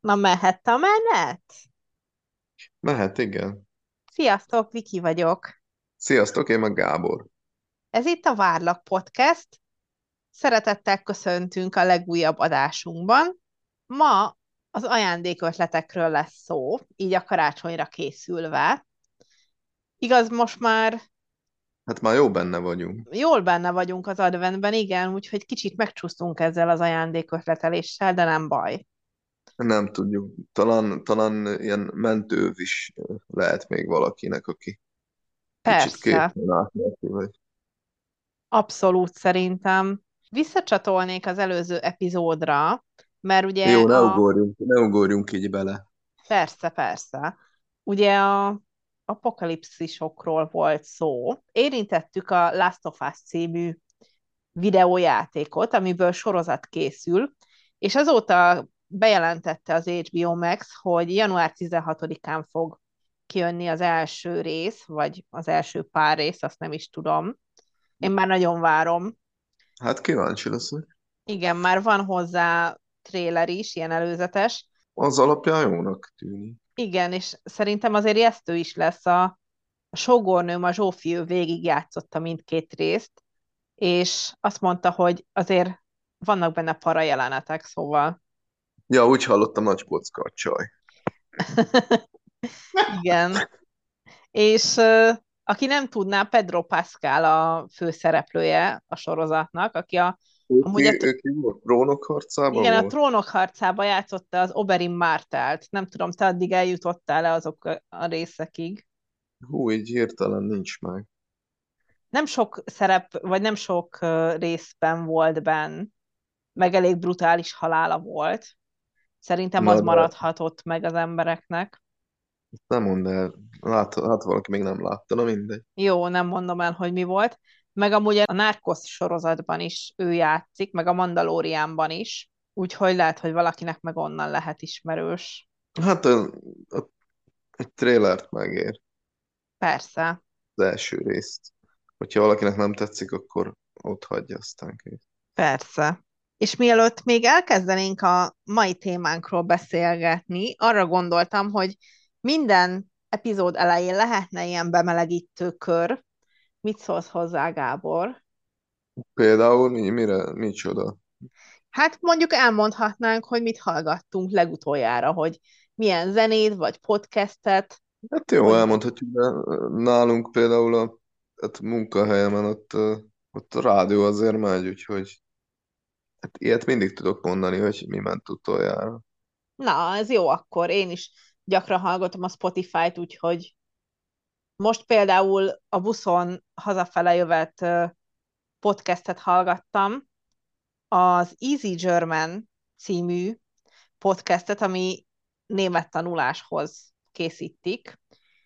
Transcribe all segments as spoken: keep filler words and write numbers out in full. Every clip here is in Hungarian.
Na, mehet a menet? Mehet, igen. Sziasztok, Viki vagyok. Sziasztok, én meg Gábor. Ez itt a Várlak Podcast. Szeretettel köszöntünk a legújabb adásunkban. Ma az ajándékötletekről lesz szó, így a karácsonyra készülve. Igaz, most már Hát már jó benne vagyunk. jól benne vagyunk az adventben, igen, úgyhogy kicsit megcsúsztunk ezzel az ajándékötleteléssel, de nem baj. Nem tudjuk. Talán, talán ilyen mentő is lehet még valakinek, aki kicsit Persze, készen állt neki, vagy... abszolút szerintem. Visszacsatolnék az előző epizódra, mert ugye Jó, ne a ugorjunk, ne ugorjunk így bele. persze, persze. Ugye a apokalipszisokról volt szó. Érintettük a Last of Us című videójátékot, amiből sorozat készül, és azóta bejelentette az há bé o Max, hogy január tizenhatodikán fog kijönni az első rész, vagy az első pár rész, azt nem is tudom. Én már nagyon várom. Hát kíváncsi leszek. Igen, már van hozzá tréler is, ilyen előzetes. Az alapján jónak tűnik. Igen, és szerintem azért ijesztő is lesz a, a sógornőm, a Zsófi, ő végigjátszotta mindkét részt, és azt mondta, hogy azért vannak benne para jelenetek, szóval Ja, úgy hallottam, nagy kocka a csaj. igen. És uh, aki nem tudná, Pedro Pascal a főszereplője a sorozatnak, aki a, Ő amúgy a, ki, ő ki volt? Trónok harcában igen, a volt? Trónok harcába játszotta az Oberyn Martellt. Nem tudom, te addig eljutottál-e azok a a részekig? Hú, így hirtelen nincs meg. Nem sok szerep, vagy nem sok uh, részben volt benn, meg elég brutális halála volt. Szerintem az Na, de maradhatott meg az embereknek. nem mondd el. Lát, hát valaki még nem látta, na mindegy. Jó, nem mondom el, hogy mi volt. Meg amúgy a Narcos sorozatban is ő játszik, meg a Mandalorianban is. Úgyhogy lehet, hogy valakinek meg onnan lehet ismerős. Hát a, a, egy trélert megér. Persze, Az első részt. Hogyha valakinek nem tetszik, akkor ott hagyja aztán kész. persze. És mielőtt még elkezdenénk a mai témánkról beszélgetni, arra gondoltam, hogy minden epizód elején lehetne ilyen bemelegítő kör. Mit szólsz hozzá, Gábor? Például mi, mire, micsoda? Hát mondjuk elmondhatnánk, hogy mit hallgattunk legutoljára, hogy milyen zenét vagy podcastet, Hát jó, hogy elmondhatjuk, de nálunk például a hát munkahelyemen ott, ö, ott a rádió azért megy, úgyhogy hát ilyet mindig tudok mondani, hogy mi ment utoljára. na, ez jó akkor. Én is gyakran hallgatom a Spotify-t, úgyhogy most például a buszon hazafele jövet ö, podcastet hallgattam, az Easy German című podcastet, ami német tanuláshoz készítik,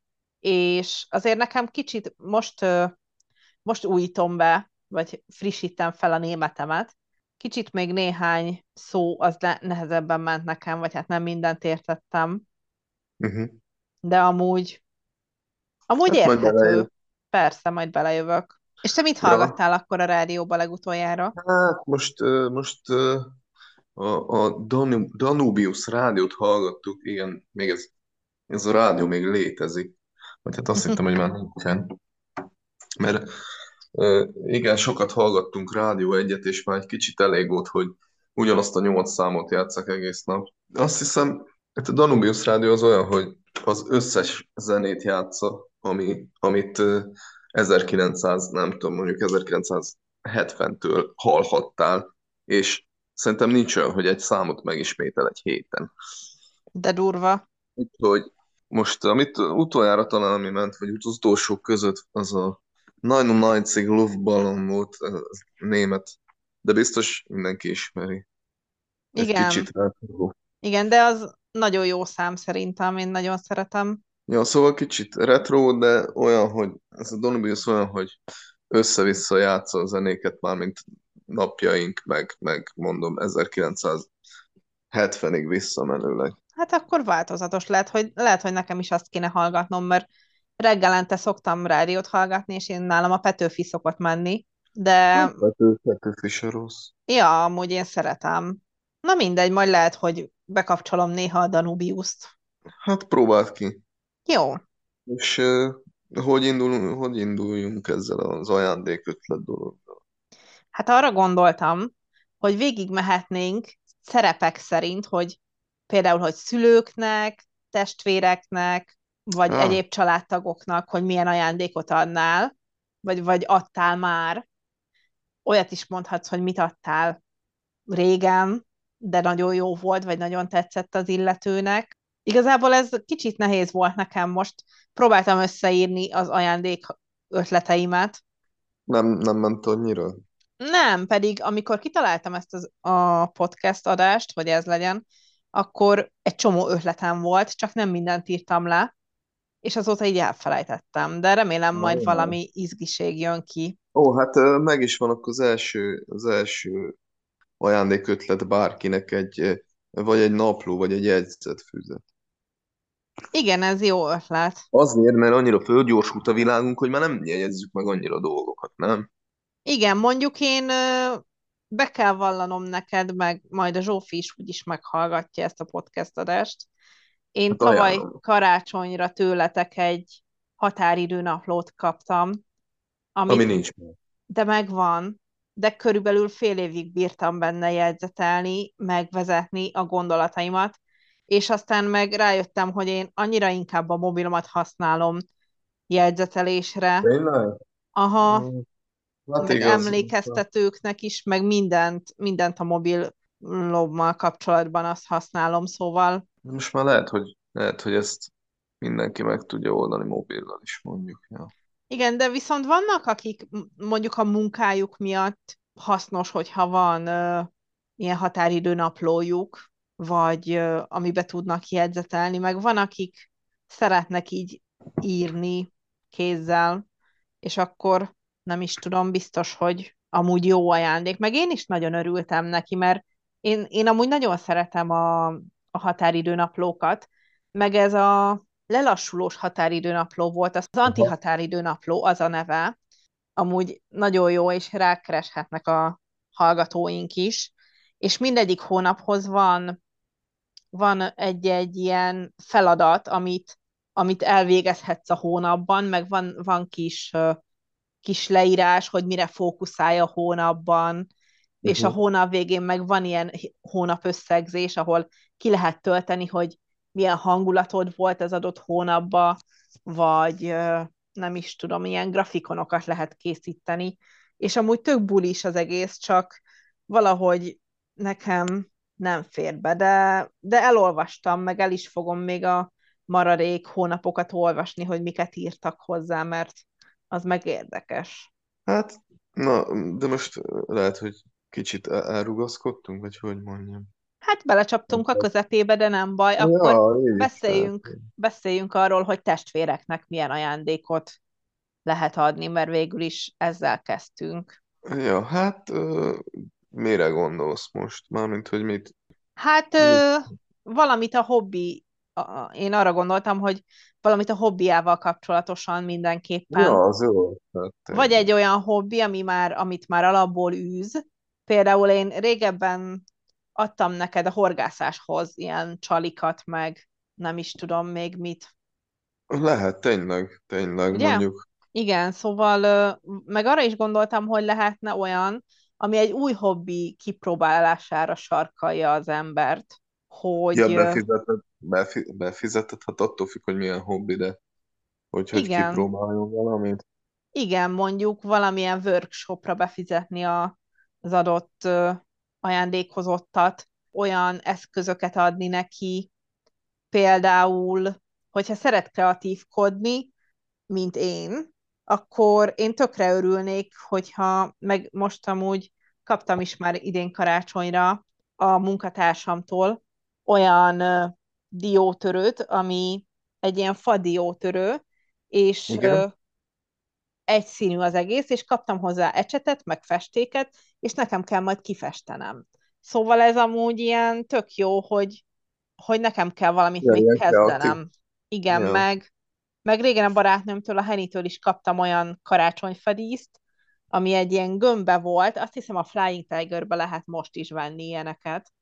és azért nekem kicsit most ö, most újítom be, vagy frissítem fel a németemet. Kicsit még néhány szó az le- nehezebben ment nekem, vagy hát nem mindent értettem, Uh-huh. de amúgy, amúgy Hát majd érthető. belejön. Persze, majd belejövök. És te mit Ja, hallgattál akkor a rádióba legutoljára? hát most, ö, most ö, a, a Danu- Danubius rádiót hallgattuk, igen, még ez, ez a rádió még létezik. Vagy hát azt hittem, hogy már nincsen. Mert ö, igen, sokat hallgattunk Rádió egyet, és már egy kicsit elég volt, hogy ugyanazt a nyolc számot játsszak egész nap. Azt hiszem, hát a Danubius Rádió az olyan, hogy az összes zenét játsza, ami, amit ö, ezerkilencszáz, nem tudom, mondjuk ezerkilencszázhetventől hallhattál, és szerintem nincs olyan, hogy egy számot megismétel egy héten. De durva. Úgyhogy most, amit utoljára talán ami ment, vagy az utolsók között, az a kilencvenkilencig Luftballon volt, az német, de biztos mindenki ismeri. Egy kicsit Igen, retro. igen, de az nagyon jó szám szerintem, én nagyon szeretem. Ja, szóval kicsit retro, de olyan, hogy ez a Donubius olyan, hogy össze-vissza játsza a zenéket már, mint napjaink, meg, meg mondom ezerkilencszázhetvenig visszamenőleg. Hát akkor változatos lehet, hogy lehet, hogy nekem is azt kéne hallgatnom, mert reggelente szoktam rádiót hallgatni, és én nálam a Petőfi szokott menni, de Hát Pető, Petőfi se rossz. ja, amúgy én szeretem. Na mindegy, majd lehet, hogy bekapcsolom néha a Danubius-t. Hát próbáld ki. Jó. És uh, hogy indul, hogy induljunk ezzel az ajándékötlet dologgal? Hát arra gondoltam, hogy végig mehetnénk szerepek szerint, hogy például, hogy szülőknek, testvéreknek, vagy Ah, egyéb családtagoknak, hogy milyen ajándékot adnál, vagy, vagy adtál már. Olyat is mondhatsz, hogy mit adtál régen, de nagyon jó volt, vagy nagyon tetszett az illetőnek. Igazából ez kicsit nehéz volt nekem most. Próbáltam összeírni az ajándék ötleteimet. nem, nem ment annyira? Nem, pedig amikor kitaláltam ezt az, a podcast adást, hogy ez legyen, akkor egy csomó ötletem volt, csak nem mindent írtam le, és azóta így elfelejtettem, de remélem majd Ah. valami izgiség jön ki. Ó, hát ö, meg is van akkor az első, az első ajándékötlet bárkinek egy, ö, vagy egy napló, vagy egy jegyzetfüzet. Igen, ez jó ötlet. Azért, mert annyira fölgyorsult a világunk, hogy már nem jegyezzük meg annyira dolgokat, nem? Igen, mondjuk én ö, be kell vallanom neked, meg majd a Zsófi is úgyis meghallgatja ezt a podcast adást. Én Hát tavaly ajánlom. karácsonyra tőletek egy határidő naplót kaptam, Ami amit nincs meg. de megvan, de körülbelül fél évig bírtam benne jegyzetelni, megvezetni a gondolataimat, és aztán meg rájöttem, hogy én annyira inkább a mobilomat használom jegyzetelésre, Tényleg? aha, Mm, hát meg igaz. emlékeztetőknek is, meg mindent, mindent a mobilommal kapcsolatban azt használom, szóval Most már lehet, hogy, lehet, hogy ezt mindenki meg tudja oldani mobillal is, mondjuk. Ja. igen, de viszont vannak, akik m- mondjuk a munkájuk miatt hasznos, hogyha van ö, ilyen határidő naplójuk, vagy ö, amibe tudnak jegyzetelni, meg van, akik szeretnek így írni kézzel, és akkor nem is tudom, biztos, hogy amúgy jó ajándék. Meg én is nagyon örültem neki, mert én, én amúgy nagyon szeretem a, a határidő naplókat, meg ez a lelassulós határidőnapló volt, az Aha. antihatáridőnapló, az a neve. Amúgy nagyon jó, és rákereshetnek a hallgatóink is. És mindegyik hónaphoz van, van egy-egy ilyen feladat, amit, amit elvégezhetsz a hónapban, meg van, van kis, ö, kis leírás, hogy mire fókuszálj a hónapban, és a Uh-huh. hónap végén meg van ilyen hónapösszegzés, ahol ki lehet tölteni, hogy milyen hangulatod volt az adott hónapban, vagy ö, nem is tudom, ilyen grafikonokat lehet készíteni, és amúgy tök bulis az egész, csak valahogy nekem nem fér be, de, de elolvastam, meg el is fogom még a maradék hónapokat olvasni, hogy miket írtak hozzá, mert az meg érdekes. Hát, na, de most lehet, hogy kicsit el- elrugaszkodtunk, vagy hogy mondjam. Hát belecsaptunk a közepébe, de nem baj. Akkor Ja, így is lehet. beszéljünk, beszéljünk arról, hogy testvéreknek milyen ajándékot lehet adni, mert végül is ezzel kezdtünk. Ja, hát ö, mire gondolsz most? Mármint, hogy mit? Hát mit? ö, valamit a hobbi, a, én arra gondoltam, hogy valamit a hobbiával kapcsolatosan mindenképpen. Ja, az jó. Hát Vagy egy tényleg. olyan hobbi, ami már, amit már alapból űz. Például én régebben adtam neked a horgászáshoz ilyen csalikat, meg nem is tudom még mit. Lehet, tényleg, tényleg, Ugye? mondjuk. Igen, szóval ö, meg arra is gondoltam, hogy lehetne olyan, ami egy új hobbi kipróbálására sarkalja az embert, hogy Ja, ö, befizetett, befi, befizetett, hát attól függ, hogy milyen hobbi, de hogy, hogy igen, kipróbáljon valamit. igen, mondjuk valamilyen workshopra befizetni a, az adott ö, ajándékozottat, olyan eszközöket adni neki, például, hogyha szeret kreatívkodni, mint én, akkor én tökre örülnék, hogyha, meg most amúgy kaptam is már idén karácsonyra a munkatársamtól olyan ö, diótörőt, ami egy ilyen fadiótörő, és ö, Igen? egyszínű az egész, és kaptam hozzá ecsetet, meg festéket, és nekem kell majd kifestenem. Szóval ez amúgy ilyen tök jó, hogy, hogy nekem kell valamit Ja, még ilyen kreatív. kezdenem. Igen, Ja. meg, meg régen a barátnőmtől, a Henitől is kaptam olyan karácsonyfadíszt, ami egy ilyen gömbbe volt, azt hiszem a Flying Tigerbe lehet most is venni ilyeneket,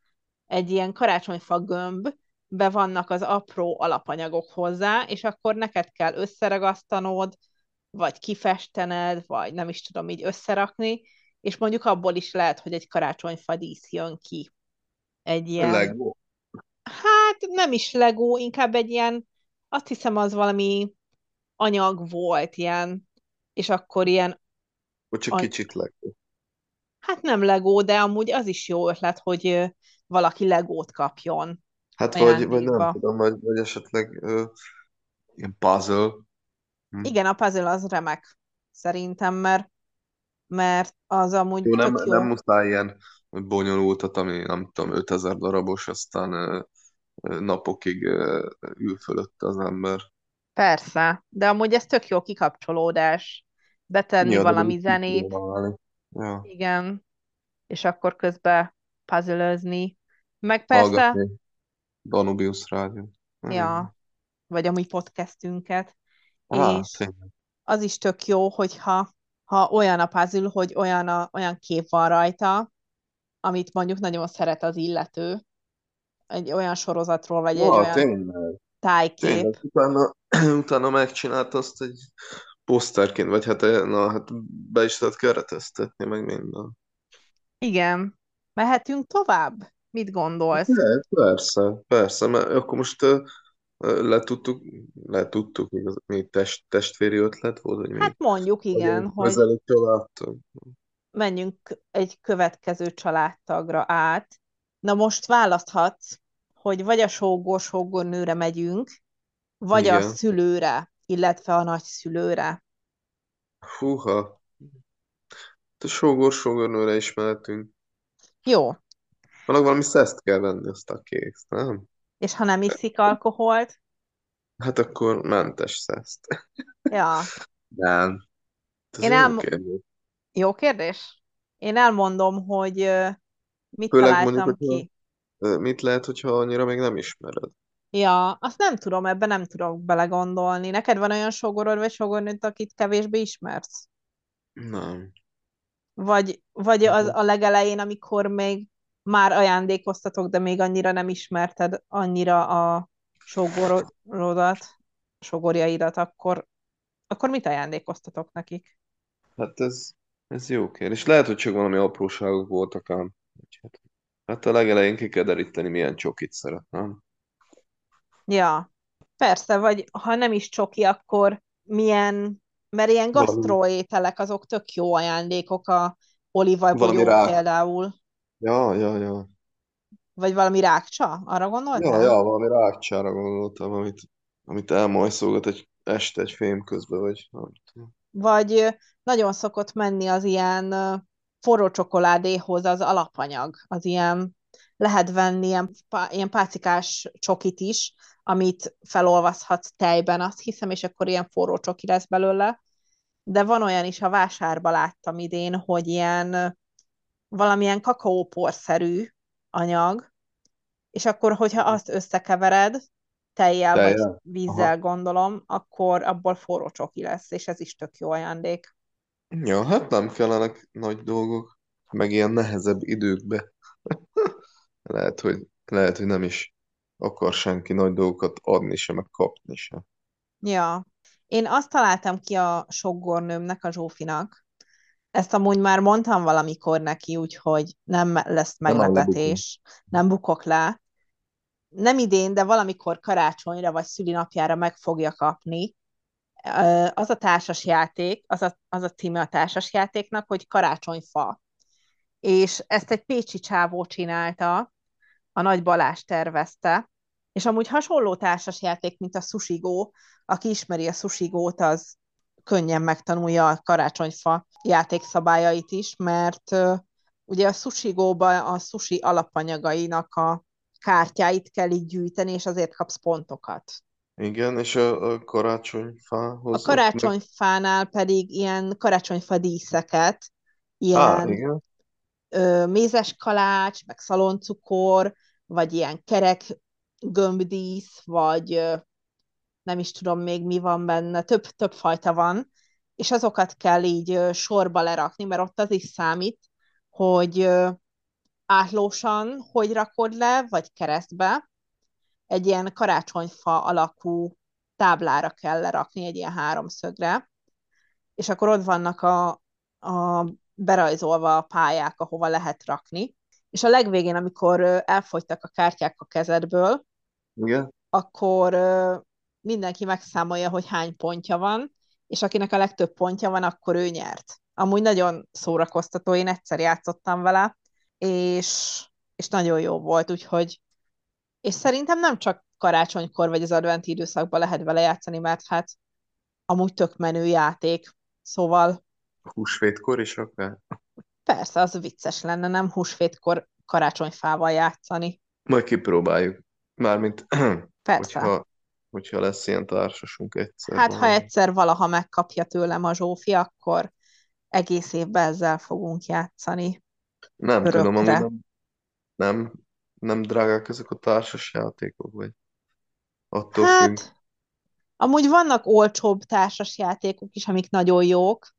egy ilyen karácsonyfa gömb, be vannak az apró alapanyagok hozzá, és akkor neked kell összeragasztanod, vagy kifestened, vagy nem is tudom így összerakni, és mondjuk abból is lehet, hogy egy karácsonyfa dísz jön ki. Egy ilyen, Lego. hát nem is Lego, inkább egy ilyen, azt hiszem az valami anyag volt ilyen, és akkor ilyen, Vagy csak a, kicsit Lego. hát nem Lego, de amúgy az is jó ötlet, hogy ö, valaki Legót kapjon Hát vagy, vagy nem ajándékba. tudom, vagy, vagy esetleg ö, ilyen puzzle. Hm. Igen, a puzzle az remek, szerintem, mert, mert az amúgy Jó, nem, tök nem jó. muszáj ilyen bonyolultat, ami nem tudom, ötezer darabos, aztán ö, ö, napokig ö, ül fölötte az ember. Persze, de amúgy ez tök jó kikapcsolódás. Betenni Ja, de valami így zenét, kipróbálni. Ja, igen, és akkor közben puzzle-özni. Meg persze, hallgatni Danubius rádiót. Igen. ja, vagy a mi podcastünket. Á, És tényleg. az is tök jó, hogyha ha olyan a puzzle, hogy olyan, a, olyan kép van rajta, amit mondjuk nagyon szeret az illető, egy olyan sorozatról, vagy egy Ja, olyan tényleg. Tényleg. tájkép. Utána, utána megcsinált azt egy poszterként, vagy hát, na, hát be is lehet kereteztetni, meg minden. Igen. Mehetünk tovább? Mit gondolsz? De, persze, persze, mert akkor most ö, ö, letudtuk, letudtuk, igaz, mi test, testvéri ötlet volt, hogy Hát mi mondjuk igen, vagyunk hogy közeli családtag. menjünk egy következő családtagra át. Na most választhatsz, hogy vagy a sógor-sógornőre megyünk, vagy a Igen. szülőre, illetve a nagyszülőre. Húha, a sógor sógornőre is mehetünk. Jó, Annak valami szeszt kell venni, azt a kész, nem? és ha nem iszik alkoholt? Hát akkor mentes szeszt. Ja, Nem, ez én jó el... kérdés. Jó kérdés? Én elmondom, hogy ö, mit Főleg mondjuk, találtam hogyha ki. ö, mit lehet, hogyha annyira még nem ismered. Ja, azt nem tudom, ebben nem tudok belegondolni. Neked van olyan sógorod vagy sógornőd, akit kevésbé ismersz? Nem. Vagy, vagy az a legelején, amikor még már ajándékoztatok, de még annyira nem ismerted annyira a sógorodat, sógorjaidat, akkor, akkor mit ajándékoztatok nekik? Hát ez, ez jó kérdés. Lehet, hogy csak valami apróságok voltak ám. Hát, hát a legelején ki kell deríteni, milyen csokit szeret, nem? Ja, persze, vagy ha nem is csoki, akkor milyen, mert ilyen Valami, gasztroételek azok tök jó ajándékok, a valami olívabogyó rák. például, Ja, ja, ja. vagy valami rákcsa, arra Ja, gondoltál? ja, valami rákcsára gondoltam, amit, amit elmajszolgat egy este egy fém közben, vagy nem tudom. Vagy ö, nagyon szokott menni az ilyen ö, forró csokoládéhoz az alapanyag, az ilyen, lehet venni ilyen, pá, ilyen pácikás csokit is, amit felolvaszthatsz tejben, azt hiszem, és akkor ilyen forró csoki lesz belőle. De van olyan is, a vásárba láttam idén, hogy ilyen ö, valamilyen kakaóporszerű anyag, és akkor, hogyha azt összekevered, tejjel De, vagy ja. vízzel Aha. gondolom, akkor abból forró csoki lesz, és ez is tök jó ajándék. Ja, hát nem kellenek nagy dolgok, meg ilyen nehezebb időkbe. Lehet, hogy, lehet, hogy nem is akar senki nagy dolgokat adni se, meg kapni se. Ja. Én azt találtam ki a soggornőmnek, a Zsófinak. Ezt amúgy már mondtam valamikor neki, úgyhogy nem lesz Nem áll lebukni. meglepetés, nem bukok le. Nem idén, de valamikor karácsonyra vagy szülinapjára meg fogja kapni. Ö, Az a társas játék, az a, az a címe a társas játéknak, hogy Karácsonyfa. És ezt egy pécsi csávó csinálta, a Nagy Balázs tervezte, és amúgy hasonló társasjáték, mint a Sushigó. Aki ismeri a Sushigót, az könnyen megtanulja a karácsonyfa játékszabályait is, mert uh, ugye a Sushigóban a sushi alapanyagainak a kártyáit kell így gyűjteni, és azért kapsz pontokat. Igen, és a, a A karácsonyfához ott meg... karácsonyfánál pedig ilyen karácsonyfa díszeket, Á, ilyen igen. ö, mézes kalács, meg szaloncukor, vagy ilyen kerek gömbdísz, vagy ö, nem is tudom még mi van benne, több, több fajta van, és azokat kell így ö, sorba lerakni, mert ott az is számít, hogy ö, átlósan hogy rakod le, vagy keresztbe, egy ilyen karácsonyfa alakú táblára kell lerakni, egy ilyen háromszögre, és akkor ott vannak a, a berajzolva a pályák, ahova lehet rakni. És a legvégén, amikor ö, elfogytak a kártyák a kezedből, Igen? akkor ö, mindenki megszámolja, hogy hány pontja van, és akinek a legtöbb pontja van, akkor ő nyert. Amúgy nagyon szórakoztató, én egyszer játszottam vele, és, és nagyon jó volt, úgyhogy és szerintem nem csak karácsonykor vagy az adventi időszakban lehet vele játszani, mert hát amúgy tök menő játék. Szóval Húsvétkor is akár? persze, az vicces lenne, nem húsvétkor karácsonyfával játszani. Majd kipróbáljuk. Mármint, Persze. hogyha, hogyha lesz ilyen társasunk egyszer Hát, ha valami. egyszer valaha megkapja tőlem a Zsófi, akkor egész évben ezzel fogunk játszani. Nem tudom, amúgy Örökre. nem, nem, nem drágák ezek a társas játékok, vagy attól függ. Hát, amúgy vannak olcsóbb társas játékok is, amik nagyon jók.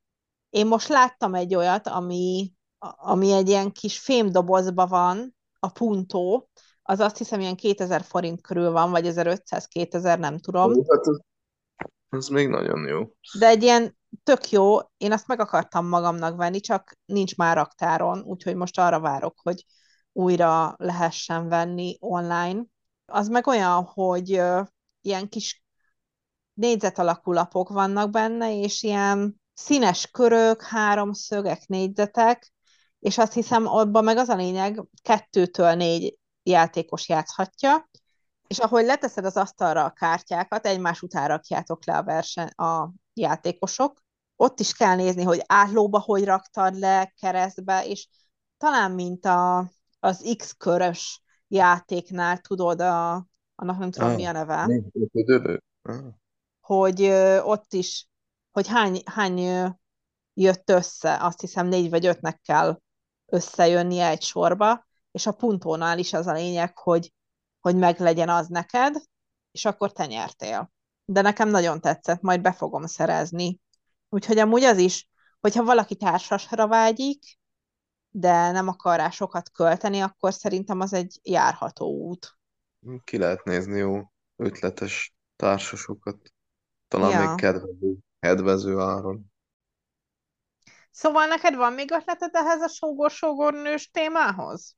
Én most láttam egy olyat, ami, ami egy ilyen kis fémdobozba van, a Puntó, az azt hiszem ilyen kétezer forint körül van, vagy ezerötszáz-kétezer, nem tudom. Ó, hát ez, ez még nagyon jó. De egy ilyen tök jó, én azt meg akartam magamnak venni, csak nincs már raktáron, úgyhogy most arra várok, hogy újra lehessen venni online. Az meg olyan, hogy ö, ilyen kis négyzet alakú lapok vannak benne, és ilyen színes körök, háromszögek, négyzetek, és azt hiszem, abban meg az a lényeg, kettőtől négy játékos játszhatja, és ahogy leteszed az asztalra a kártyákat, egymás után rakjátok le a, versen, a játékosok, ott is kell nézni, hogy átlóba hogy raktad le, keresztbe, és talán mint a, az X-körös játéknál, tudod, a, annak nem tudom Ah, mi a neve, mi? Ötödő? Ah, hogy ö, ott is, hogy hány, hány ö, jött össze, azt hiszem négy vagy ötnek kell összejönnie egy sorba, és a puntónál is az a lényeg, hogy, hogy meglegyen az neked, és akkor te nyertél. De nekem nagyon tetszett, majd be fogom szerezni. Úgyhogy amúgy az is, hogyha valaki társasra vágyik, de nem akar rá sokat költeni, akkor szerintem az egy járható út. ki lehet nézni jó ötletes társasokat. Talán még Ja. kedvező, kedvező áron. Szóval neked van még ötleted ehhez a sógor-sógornős témához?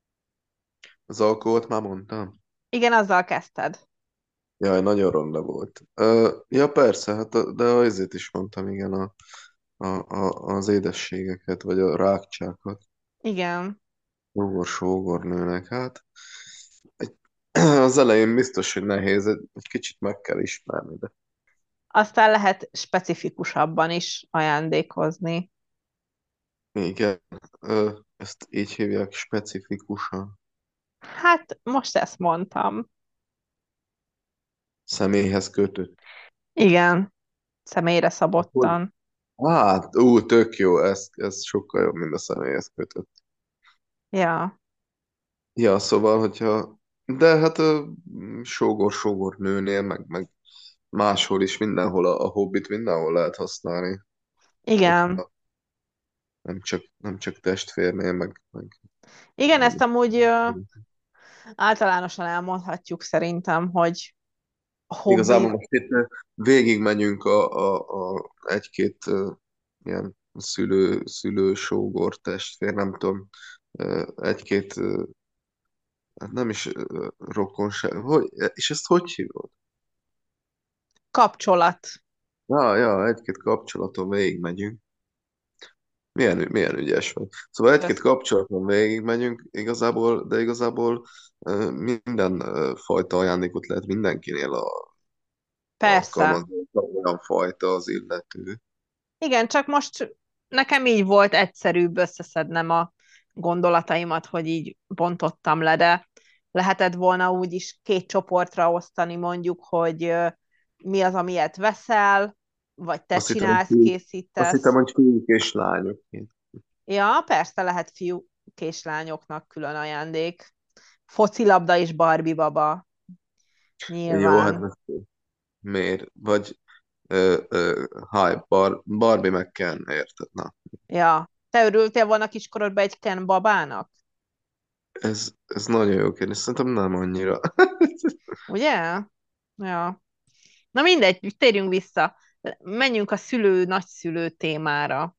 Az alkoholt már mondtam? Igen, azzal kezdted. Jaj, nagyon ronda volt. Ö, ja, persze, hát a, de azért is mondtam, igen, a, a, a, az édességeket, vagy a rákcsákat. Igen. Sógor, sógornőnek, hát egy, az elején biztos, hogy nehéz, egy, egy kicsit meg kell ismerni, de Aztán lehet specifikusabban is ajándékozni. igen, ö, ezt így hívják specifikusan, Hát, most ezt mondtam. személyhez kötött. Igen, személyre Hogy? szabottan. Hát, ú, tök jó, ez, ez sokkal jobb, mint a személyhez kötött. Ja. Ja, szóval, hogyha, de hát ö, sógor-sógor nőnél, meg, meg máshol is, mindenhol a, a hobbit mindenhol lehet használni. Igen. Hogyha nem csak, nem csak testvérnél, meg, meg Igen, ezt amúgy ö, általánosan elmondhatjuk szerintem, hogy a igazából hobbi, most itt ö, végigmenjünk a, a, a egy-két ö, ilyen szülő, szülő, sógor, testvér, nem tudom, ö, egy-két, ö, hát nem is ö, rokonság, hogy, és ezt hogy hívod? kapcsolat. Ja, ja, egy-két kapcsolaton végigmegyünk. Milyen, milyen ügyes vagy. Szóval egy-két Kösz. kapcsolaton végigmegyünk igazából, de igazából ö, minden ö, fajta ajándékot lehet mindenkinél a, Persze. alkalmazni, olyan fajta az illető. Igen, csak most nekem így volt egyszerűbb összeszednem a gondolataimat, hogy így bontottam le, de lehetett volna úgy is két csoportra osztani, mondjuk, hogy ö, mi az, amilyet veszel, vagy te Azt hittem, hogy csinálsz, fiúk, azt hittem, készítesz. hogy fiúk és lányok. Ja, persze lehet fiúk és lányoknak külön ajándék. Focilabda és Barbie baba, Jó, hát nyilván. most miért? Vagy ö, ö, hi, Bar Barbie meg Ken, érted? Na. Ja. Te örültél volna kiskorodban egy Ken babának? Ez, ez nagyon jó kérdés. Szerintem nem annyira. Ugye? Ja. Na mindegy, térjünk vissza. Menjünk a szülő, nagyszülő témára.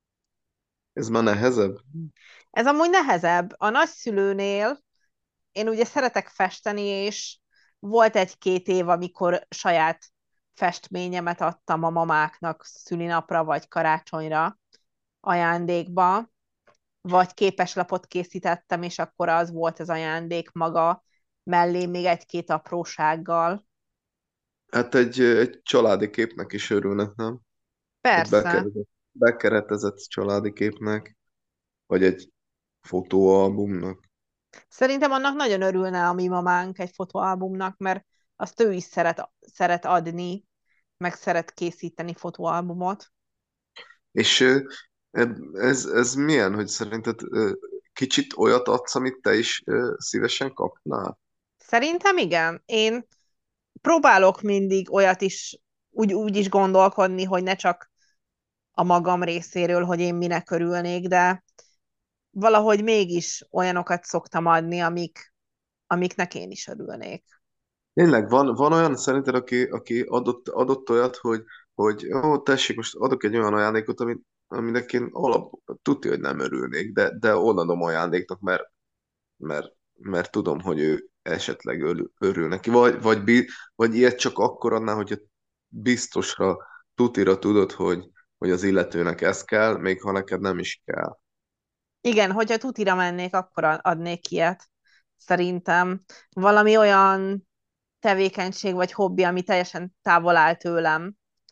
Ez már nehezebb? Ez amúgy nehezebb. A nagyszülőnél én ugye szeretek festeni, és volt egy-két év, amikor saját festményemet adtam a mamáknak szülinapra vagy karácsonyra ajándékba, vagy képeslapot készítettem, és akkor az volt az ajándék maga, mellé még egy-két aprósággal. Hát egy, egy családi képnek is örülnek, nem? Egy Persze. bekeretezett, bekeretezett családi képnek, vagy egy fotóalbumnak. Szerintem annak nagyon örülne a mi mamánk egy fotóalbumnak, mert azt ő is szeret, szeret adni, meg szeret készíteni fotóalbumot. És ö, eb- ez, ez milyen, hogy szerinted ö, kicsit olyat adsz, amit te is ö, szívesen kapnál? Szerintem igen. Én próbálok mindig olyat is, úgy, úgy is gondolkodni, hogy ne csak a magam részéről, hogy én minek örülnék, de valahogy mégis olyanokat szoktam adni, amik, amiknek én is örülnék. Tényleg, van, van olyan szerinted, aki, aki adott, adott olyat, hogy, hogy ó, tessék, most adok egy olyan ajándékot, amit, aminek én alap, tudja, hogy nem örülnék, de, de odaadom ajándéknak, mert, mert, mert tudom, hogy ő esetleg örül, örül neki. Vagy, vagy, bi- vagy ilyet csak akkor adná, hogyha biztosra, tutira tudod, hogy, hogy az illetőnek ez kell, még ha neked nem is kell. Igen, hogyha tutira mennék, akkor adnék ilyet. Szerintem valami olyan tevékenység vagy hobbi, ami teljesen távol áll tőlem.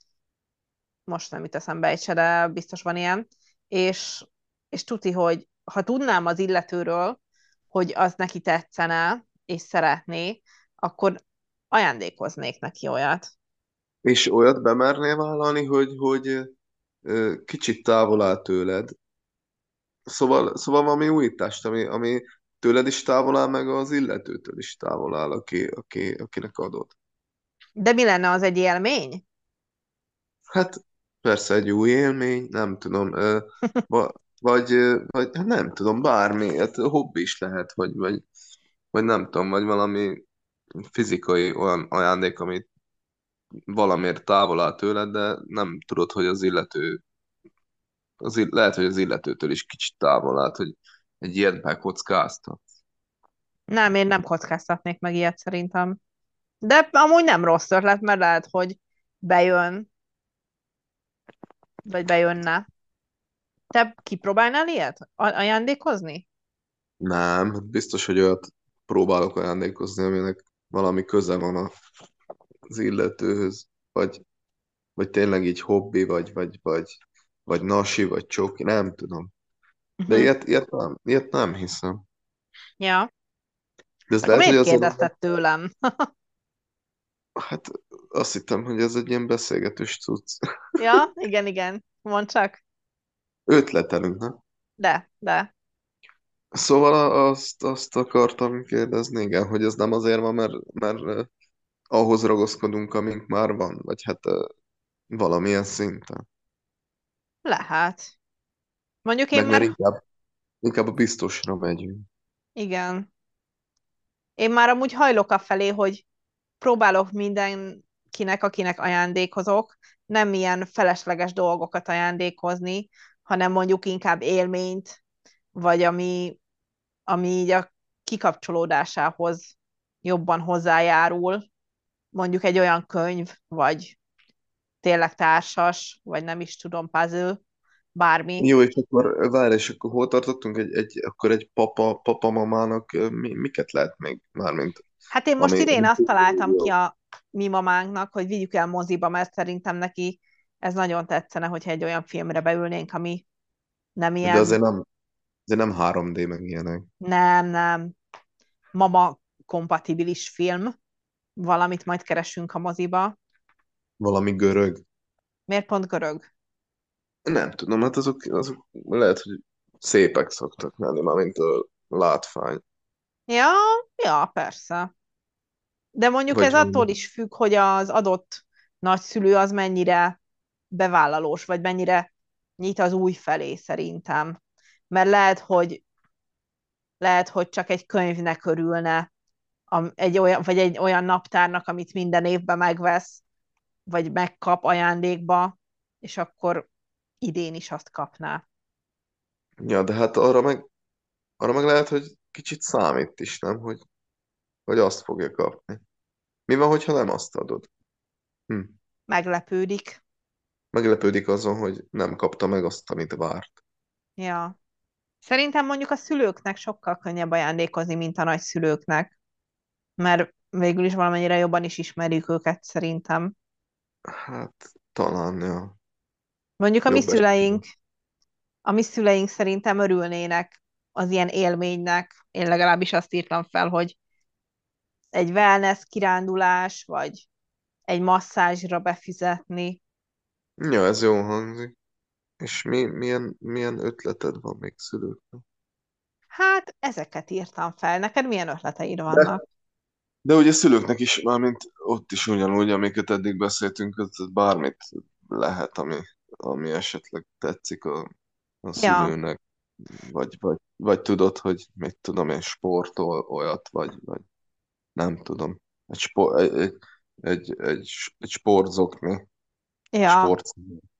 Most nem jut eszembe egy se, de biztos van ilyen. És, és tuti, hogy ha tudnám az illetőről, hogy az neki tetszene, és szeretné, akkor ajándékoznék neki olyat. És olyat bemernél vállalni, hogy, hogy ö, kicsit távol áll tőled. Szóval, szóval valami újítást, ami, ami tőled is távol áll, meg az illetőtől is távol áll, aki, aki, akinek adod. De mi lenne az egy élmény? Hát persze egy új élmény, nem tudom, ö, va- vagy, ö, vagy hát nem tudom, bármi, hát hobbi is lehet, vagy, vagy, vagy nem tudom, vagy valami fizikai olyan ajándék, amit valamiért távol áll tőled, de nem tudod, hogy az illető, az, ill- lehet, hogy az illetőtől is kicsit távol áll, hogy egy ilyet bekockáztat. Nem, én nem kockáztatnék meg ilyet szerintem. De amúgy nem rossz ötlet, mert lehet, hogy bejön, vagy bejönne. Te kipróbálnál ilyet? A- ajándékozni? Nem, hát biztos, hogy olyat próbálok ajándékozni, aminek valami köze van az illetőhöz, vagy, vagy tényleg így hobbi, vagy, vagy, vagy, vagy nasi, vagy csoki, nem tudom. De Uh-huh. ilyet, ilyet, nem, ilyet nem hiszem. Ja. De ez Akkor lehet, hogy miért azért, kérdezted tőlem? hát azt hittem, hogy ez egy ilyen beszélgetős cucc. Ja, igen, igen. Mondd csak. Ötletelünk, nem? De, de. Szóval a- azt, azt akartam kérdezni, igen, hogy ez nem azért van, mert, mert eh, ahhoz ragaszkodunk, amink már van, vagy hát eh, valamilyen szinten. Lehet. Mondjuk én Meg mert már, inkább, inkább a biztosra megyünk. igen. Én már amúgy hajlok afelé, hogy próbálok mindenkinek, akinek ajándékozok, nem ilyen felesleges dolgokat ajándékozni, hanem mondjuk inkább élményt, vagy ami, ami így a kikapcsolódásához jobban hozzájárul. Mondjuk egy olyan könyv, vagy tényleg társas, vagy nem is tudom, puzzle, bármi. Jó, és akkor várj, és akkor hol tartottunk? Egy, egy, akkor egy papa, papa mamának eh, mi, miket lehet még mármint, Hát én most ami, idén ami azt találtam ki jó. a mi mamánknak, hogy vigyük el moziba, mert szerintem neki ez nagyon tetszene, hogyha egy olyan filmre beülnénk, ami nem De azért ilyen, nem, azért nem három dé meg ilyenek. nem, nem, mama kompatibilis film, valamit majd keresünk a moziba. Valami görög. Miért pont görög? Nem tudom, hát azok, azok lehet, hogy szépek szoktak lenni, már mint a látvány. Ja, ja, persze. De mondjuk Vagy ez attól valami. is függ, hogy az adott nagyszülő az mennyire bevállalós, vagy mennyire nyit az új felé szerintem. Mert lehet, hogy lehet, hogy csak egy könyvnek örülne, am- egy olyan, vagy egy olyan naptárnak, amit minden évben megvesz, vagy megkap ajándékba, és akkor idén is azt kapná. Ja, de hát arra meg, arra meg lehet, hogy kicsit számít is, nem? Hogy, hogy azt fogja kapni. Mi van, hogyha nem azt adod? Hm. Meglepődik. Meglepődik azon, hogy nem kapta meg azt, amit várt. Ja. Szerintem mondjuk a szülőknek sokkal könnyebb ajándékozni, mint a nagyszülőknek, mert végül is valamennyire jobban is ismerjük őket szerintem. Hát talán, ja. Mondjuk a mi Jobb szüleink, esetben. a mi szüleink szerintem örülnének az ilyen élménynek. Én legalábbis azt írtam fel, hogy egy wellness kirándulás, vagy egy masszázsra befizetni. Ja, ez jó hangzik. És mi, milyen, milyen ötleted van még szülőknek? Hát ezeket írtam fel. Neked milyen ötleteid De, vannak? de ugye szülőknek is, mármint ott is ugyanúgy, amiket eddig beszéltünk, az bármit lehet, ami, ami esetleg tetszik a, a Ja, szülőnek, vagy, vagy, vagy tudod, hogy mit tudom én, sportol olyat, vagy, vagy nem tudom. Egy, sport, egy, egy, egy, egy, egy sportzokni, ja, sport,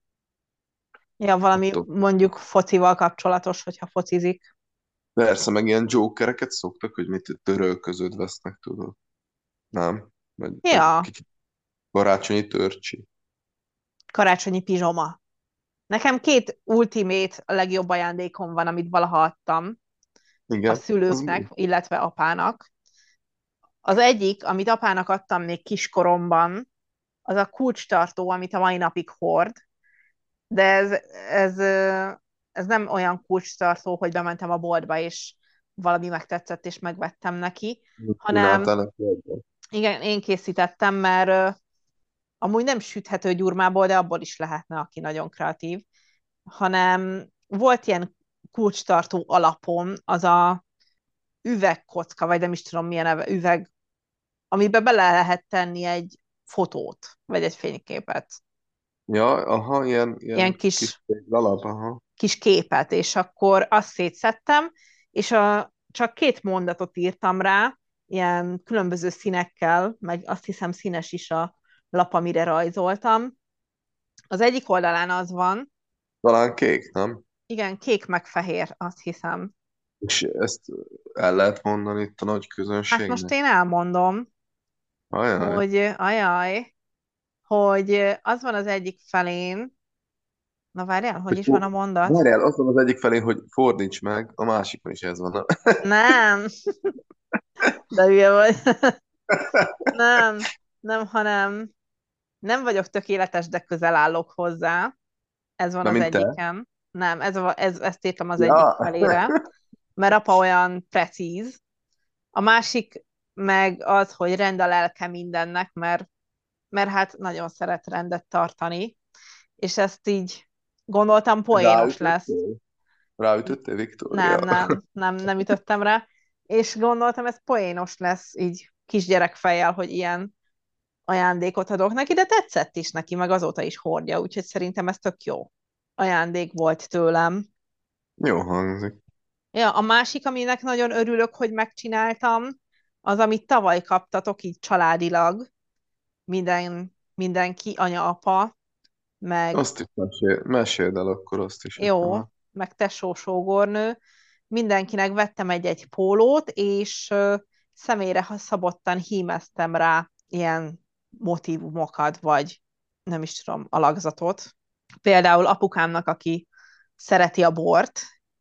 ja, valami attól. mondjuk focival kapcsolatos, hogyha focizik. Persze, meg ilyen jokereket szoktak, hogy mit törölköződ vesznek, tudod. Nem? Vagy, vagy Ja, kicsit karácsonyi törcsi. karácsonyi pizsoma. Nekem két ultimate a legjobb ajándékom van, amit valaha adtam a Igen, az szülőknek, mi? illetve apának. Az egyik, amit apának adtam még kiskoromban, az a kulcstartó, amit a mai napig hord, de ez, ez, ö, ez nem olyan kulcstartó, hogy bementem a boltba, és valami megtetszett, és megvettem neki, Mit hanem csináltál neki ebben? igen, én készítettem, mert ö, amúgy nem süthető gyurmából, de abból is lehetne, aki nagyon kreatív, hanem volt ilyen kulcstartó alapon, az a üvegkocka, vagy nem is tudom milyen neve, üveg, amiben bele lehet tenni egy fotót, vagy egy fényképet. Ja, aha, ilyen, Ilyen ilyen kis kis, alap, aha. kis képet, és akkor azt szétszedtem, és a, csak két mondatot írtam rá, ilyen különböző színekkel, meg azt hiszem színes is a lap, amire rajzoltam. Az egyik oldalán az van, Talán kék, nem? igen, kék meg fehér, azt hiszem. És ezt el lehet mondani itt a nagy Hát most közönségnek? én elmondom, Ajaj. hogy ajaj, hogy az van az egyik felén, na várjál, hogy Hogy is van a fo- mondat? Várjál, azt mondom az egyik felén, hogy fordíts meg, a másikon is ez van. Nem, de hülye vagy. Nem, nem, hanem nem vagyok tökéletes, de közel állok hozzá. Ez van Na, az mint te? egyikem. Nem, ez, a- ez, ezt írtam az egyik Ja. felére, mert apa olyan precíz. A másik meg az, hogy rend a lelke mindennek, mert, mert hát nagyon szeret rendet tartani, és ezt így gondoltam poénos lesz. Ráütöttél? Ráütöttél, Viktória? Nem, nem, nem, nem ütöttem rá, és gondoltam, ez poénos lesz így kisgyerek fejjel, hogy ilyen ajándékot adok neki, de tetszett is neki, meg azóta is hordja, úgyhogy szerintem ez tök jó ajándék volt tőlem. Jó hangzik. Ja, a másik, aminek nagyon örülök, hogy megcsináltam, az, amit tavaly kaptatok így családilag, minden, mindenki, anya, apa, meg Azt is mesél, meséld el akkor azt is jó, nekem. meg tesó, sógornő, mindenkinek vettem egy-egy pólót, és ö, személyre szabottan hímeztem rá ilyen motívumokat, vagy nem is tudom, alakzatot. Például apukámnak, aki szereti a bort,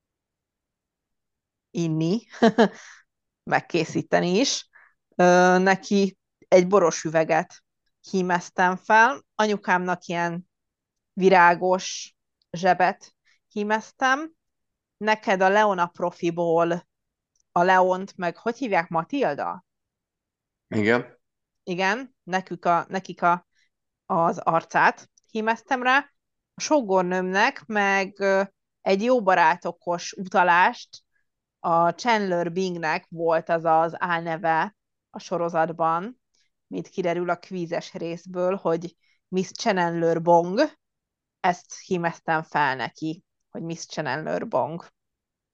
inni, megkészíteni is, ö, neki egy boros üveget hímeztem fel, anyukámnak ilyen virágos zsebet hímeztem, neked a Leona profiból a Leont, meg hogy hívják, Matilda? Igen? Igen, nekük a, nekik a, az arcát hímeztem rá. A sógornőmnek meg ö, egy jó barátokos utalást, a Chandler Bingnek volt az az álneve a sorozatban, mint kiderül a kvízes részből, hogy Miss Chandler Bong, ezt hímeztem fel neki, hogy Miss Chandler Bong.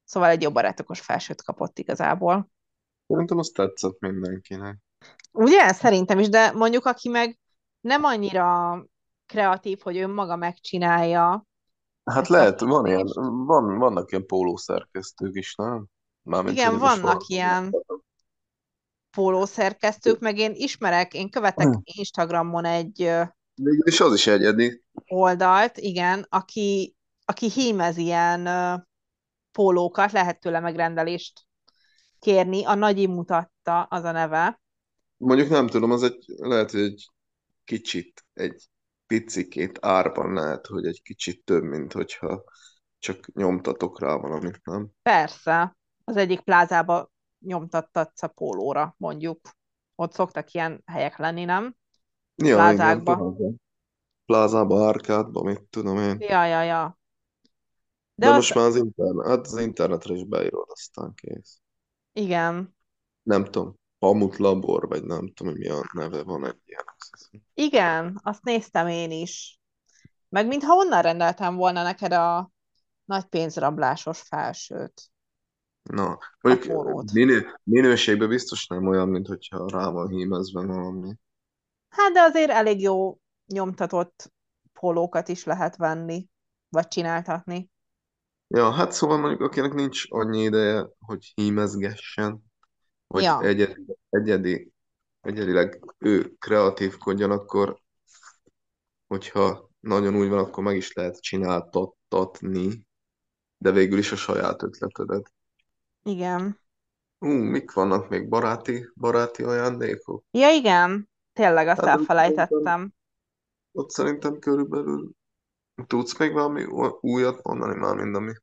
Szóval egy jó barátokos felsőt kapott igazából. Szerintem azt tetszett mindenkinek. Ugye? Szerintem is, de mondjuk aki meg nem annyira kreatív, hogy önmaga megcsinálja Hát ezt a lehet, van ilyen, festést. van, vannak ilyen pólószerkesztők is, nem? Mármint, hogy Igen, ez a vannak sor. ilyen pólószerkesztők, meg én ismerek, én követek Instagramon egy ö, Végül is az is egyedi. oldalt, igen, aki, aki hímez ilyen ö, pólókat, lehet tőle megrendelést kérni. A Nagyi mutatta, az a neve. Mondjuk nem tudom, az egy, lehet, hogy egy kicsit, egy picikét árban lehet, hogy egy kicsit több, mint hogyha csak nyomtatok rá valamit, nem? Persze, az egyik plázába nyomtattatsz a pólóra, mondjuk. Ott szoktak ilyen helyek lenni, nem? Ja, igen, Plázákba. pláza. Plázába, árkádba, mit tudom én. Ja, ja, ja. De De az, most már az internet, hát az internetre is beírod, aztán kész. igen, Nem tudom, Pamut Labor, vagy nem tudom, hogy mi a neve, van egy ilyen, azt hiszem. igen, azt néztem én is. Meg mintha onnan rendeltem volna neked a nagy pénzrablásos felsőt, Na, a mondjuk pólót. minő, minőségben biztos nem olyan, mint hogyha rá van hímezve valami. Hát de azért elég jó nyomtatott pólókat is lehet venni, vagy csináltatni. Ja, hát szóval mondjuk akinek nincs annyi ideje, hogy hímezgessen, vagy Ja, egyedi, egyedi, egyedileg ő kreatívkodjon, akkor, hogyha nagyon úgy van, akkor meg is lehet csináltatni, de végül is a saját ötletedet. igen. Ú, mik vannak még? Baráti, baráti ajándékok? Ja, igen, tényleg azt Hát de ott szerintem, elfelejtettem. ott szerintem körülbelül tudsz még valami új- újat mondani már, mint ami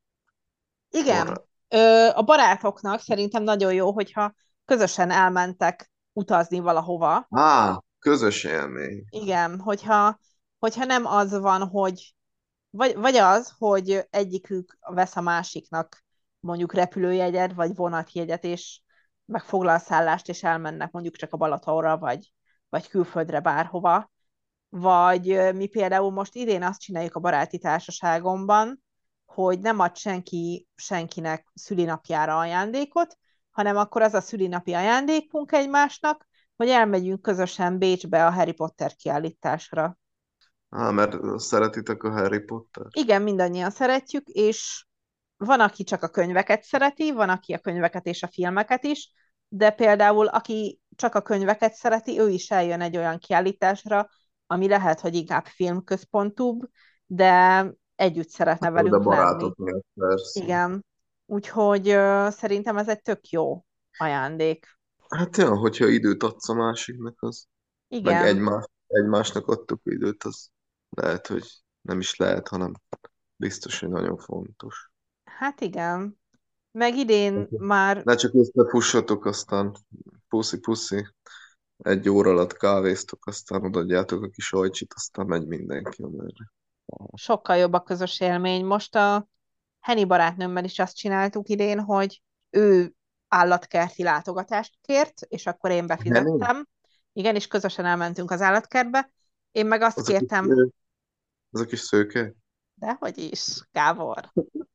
Igen, barát. ö, a barátoknak szerintem nagyon jó, hogyha közösen elmentek utazni valahova. Á, közös élmény. Igen, hogyha, hogyha nem az van, hogy vagy, vagy az, hogy egyikük vesz a másiknak mondjuk repülőjegyet, vagy vonatjegyet, és megfoglal szállást, és elmennek mondjuk csak a Balatonra, vagy, vagy külföldre bárhova. Vagy ö, mi például most idén azt csináljuk a baráti társaságomban, hogy nem ad senki senkinek szülinapjára ajándékot, hanem akkor az a szülinapi ajándékunk egymásnak, hogy elmegyünk közösen Bécsbe a Harry Potter kiállításra. Á, mert szeretitek a Harry Potter? Igen, mindannyian szeretjük, és van, aki csak a könyveket szereti, van, aki a könyveket és a filmeket is, de például aki csak a könyveket szereti, ő is eljön egy olyan kiállításra, ami lehet, hogy inkább filmközpontúbb, de együtt szeretne Hát, de velünk lenni. barátok miatt persze. Igen. Úgyhogy ö, szerintem ez egy tök jó ajándék. Hát ja, hogyha időt adsz a másiknak, az, meg Igen, egymás, egymásnak adtuk időt, az lehet, hogy nem is lehet, hanem biztos, hogy nagyon fontos. hát igen. Meg idén már, Ne csak összefussatok, aztán puszi-puszi, egy óra alatt kávéztok, aztán odaadjátok a kis ajcsit, aztán megy mindenki amerre. sokkal jobb a közös élmény. Most a Heni barátnőmmel is azt csináltuk idén, hogy ő állatkerti látogatást kért, és akkor én Henning? befizettem. Igen, és közösen elmentünk az állatkertbe. Én meg azt Az a kis, kértem, az a kis szőke? dehogy is, Gábor.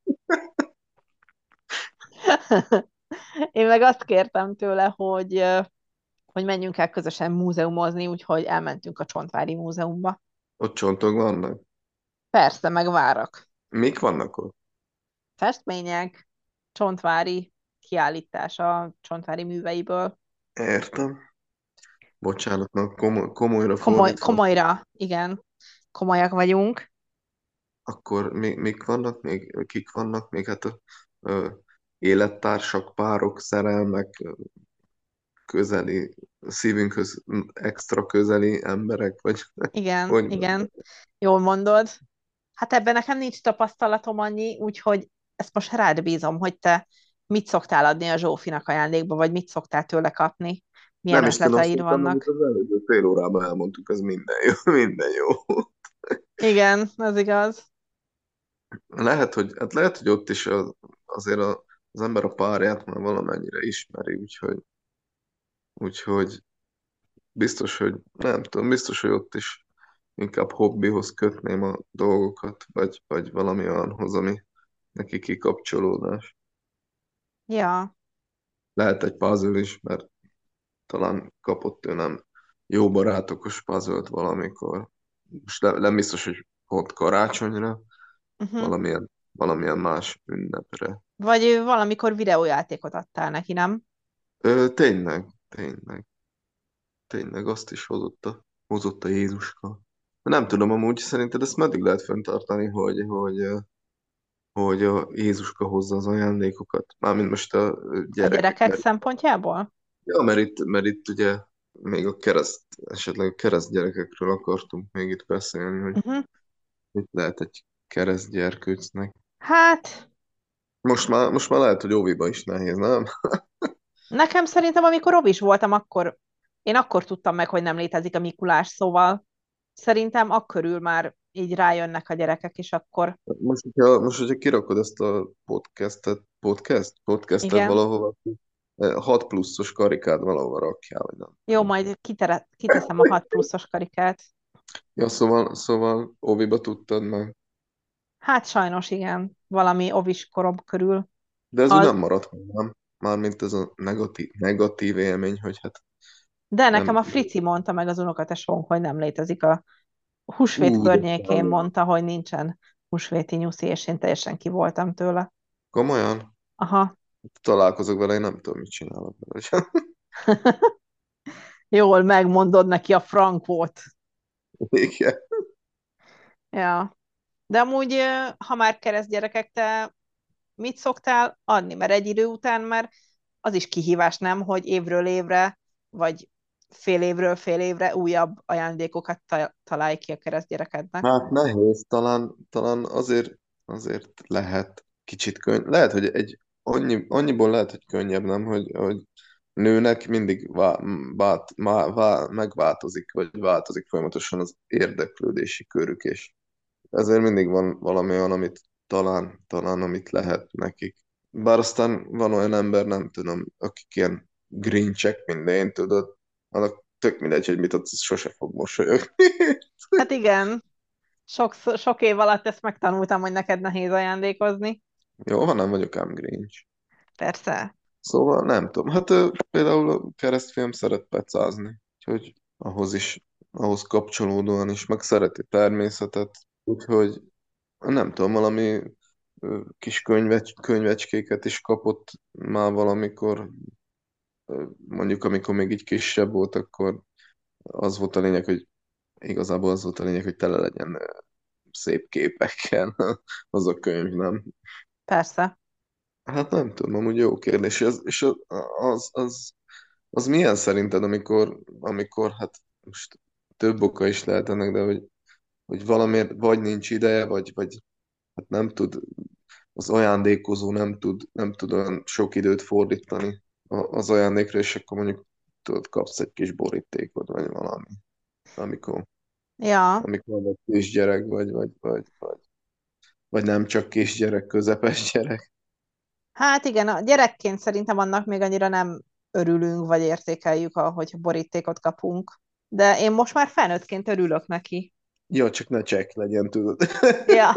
Én meg azt kértem tőle, hogy, hogy menjünk el közösen múzeumozni, úgyhogy elmentünk a Csontvári Múzeumba. Ott csontok vannak? Persze, meg várak. Mik vannak ott? Festmények, Csontvári kiállítás a Csontvári műveiből. Értem. Bocsánat, na, komoly, komolyra Komoly, fordítva. komolyra, igen, komolyak vagyunk. Akkor mi, mik vannak még? Kik vannak még? Hát a, ö, élettársak, párok, szerelmek, ö, közeli, szívünkhöz extra közeli emberek, vagy Igen, hogy igen, mondjam? jól mondod. Hát ebben nekem nincs tapasztalatom annyi, úgyhogy ezt most rád bízom, hogy te mit szoktál adni a Zsófinak ajándékba, vagy mit szoktál tőle kapni, milyen Nem is tudom, ötleteid szerintem, amit vannak. az előző fél órában elmondtuk, az minden jó, minden jó. Igen, az igaz. Lehet, hogy, hát lehet, hogy ott is az, azért a, az ember a párját már valamennyire ismeri, úgyhogy, úgyhogy biztos, hogy nem tudom, biztos, hogy ott is inkább hobbihoz kötném a dolgokat, vagy, vagy valami olyanhoz, ami neki kikapcsolódás. Ja. Lehet egy puzzle is, mert talán kapott tőlem jó barátokos puzzle-t valamikor. Most nem, nem biztos, hogy pont karácsonyra, Uh-huh. valamilyen, valamilyen más ünnepre. Vagy ő valamikor videójátékot adtál neki, nem? Ö, tényleg, tényleg, tényleg azt is hozott a, hozott a Jézuska. Nem tudom, amúgy szerinted ezt meddig lehet fenntartani, hogy, hogy, ö, hogy a Jézuska hozza az ajándékokat? Mármint most a ö, A gyerekek, gyerekek mert, ja, szempontjából? mert itt, mert itt ugye még a kereszt, esetleg a kereszt gyerekekről akartunk még itt beszélni, hogy Uh-huh. mit lehet egy kereszt gyerkőcnek. Hát, Most már, most már lehet, hogy óviba is nehéz, nem? nekem szerintem, amikor Robis voltam, akkor én akkor tudtam meg, hogy nem létezik a Mikulás, szóval szerintem akkörül már így rájönnek a gyerekek, és akkor Most, hogyha, most, hogyha kirakod ezt a podcastet, podcast, podcastet igen, valahova, hat pluszos karikát valahova rakjál, vagy nem jó, tudom. majd kitere, kiteszem a hat pluszos karikát. Ja, szóval, szóval óviba tudtad meg. Hát sajnos igen, valami ovis korom körül. De ez úgy Az, nem maradt meg, nem? Mármint ez a negatív, negatív élmény, hogy hát de nekem nem... a Frici mondta meg az unokatesónk, hogy nem létezik a húsvét Ú, de környékén, szálló. mondta, hogy nincsen húsvéti nyuszi, és én teljesen ki voltam tőle. Komolyan? Aha, Találkozok vele, én nem tudom, mit csinálok vele. jól megmondod neki a frankót. Igen. Ja. De amúgy, ö, ha már keresztgyerekek, te mit szoktál adni? Mert egy idő után már az is kihívás, nem, hogy évről évre, vagy fél évről fél évre újabb ajándékokat ta- találj ki a keresztgyerekednek. Hát nehéz, talán, talán azért, azért lehet kicsit könny. Lehet, hogy egy annyi, annyiból lehet, hogy könnyebb, nem, hogy, hogy nőnek mindig vá, vát, má, vá, megváltozik, vagy változik folyamatosan az érdeklődési körük, és ezért mindig van valami olyan, amit talán, talán amit lehet nekik. Bár aztán van olyan ember, nem tudom, akik ilyen grincsek, mint én, tudod, annak tök mindegy, hogy mit adsz, sose fog mosolyogni. Hát igen, sok, sok év alatt ezt megtanultam, hogy neked nehéz ajándékozni. Jó, van, nem vagyok ám Grinch. Persze. Szóval nem tudom. Hát ö, például a keresztfilm szeret pecázni, úgyhogy ahhoz is, ahhoz kapcsolódóan is, meg szereti természetet, úgyhogy nem tudom, valami ö, kis könyvecs, könyvecskéket is kapott már valamikor, ö, mondjuk amikor még így kisebb volt, akkor az volt a lényeg, hogy igazából az volt a lényeg, hogy tele legyen ö, szép képekkel az a könyv, nem? Persze. Hát nem tudom, amúgy jó kérdés. Az, és az, az, az, az milyen szerinted, amikor, amikor, hát most több oka is lehet ennek, de hogy, hogy valamiért vagy nincs ideje, vagy, vagy hát nem tud, az ajándékozó nem tud, nem tud olyan sok időt fordítani a- az ajándékra, és akkor mondjuk tudod, kapsz egy kis borítékot, vagy valami, amikor, Ja. amikor vagy kisgyerek, vagy, vagy, vagy, vagy, vagy nem csak kisgyerek, közepes gyerek. Hát igen, a gyerekként szerintem annak még annyira nem örülünk, vagy értékeljük, ahogy borítékot kapunk. De én most már felnőttként örülök neki. Jó, csak ne csekk legyen, tudod. Ja,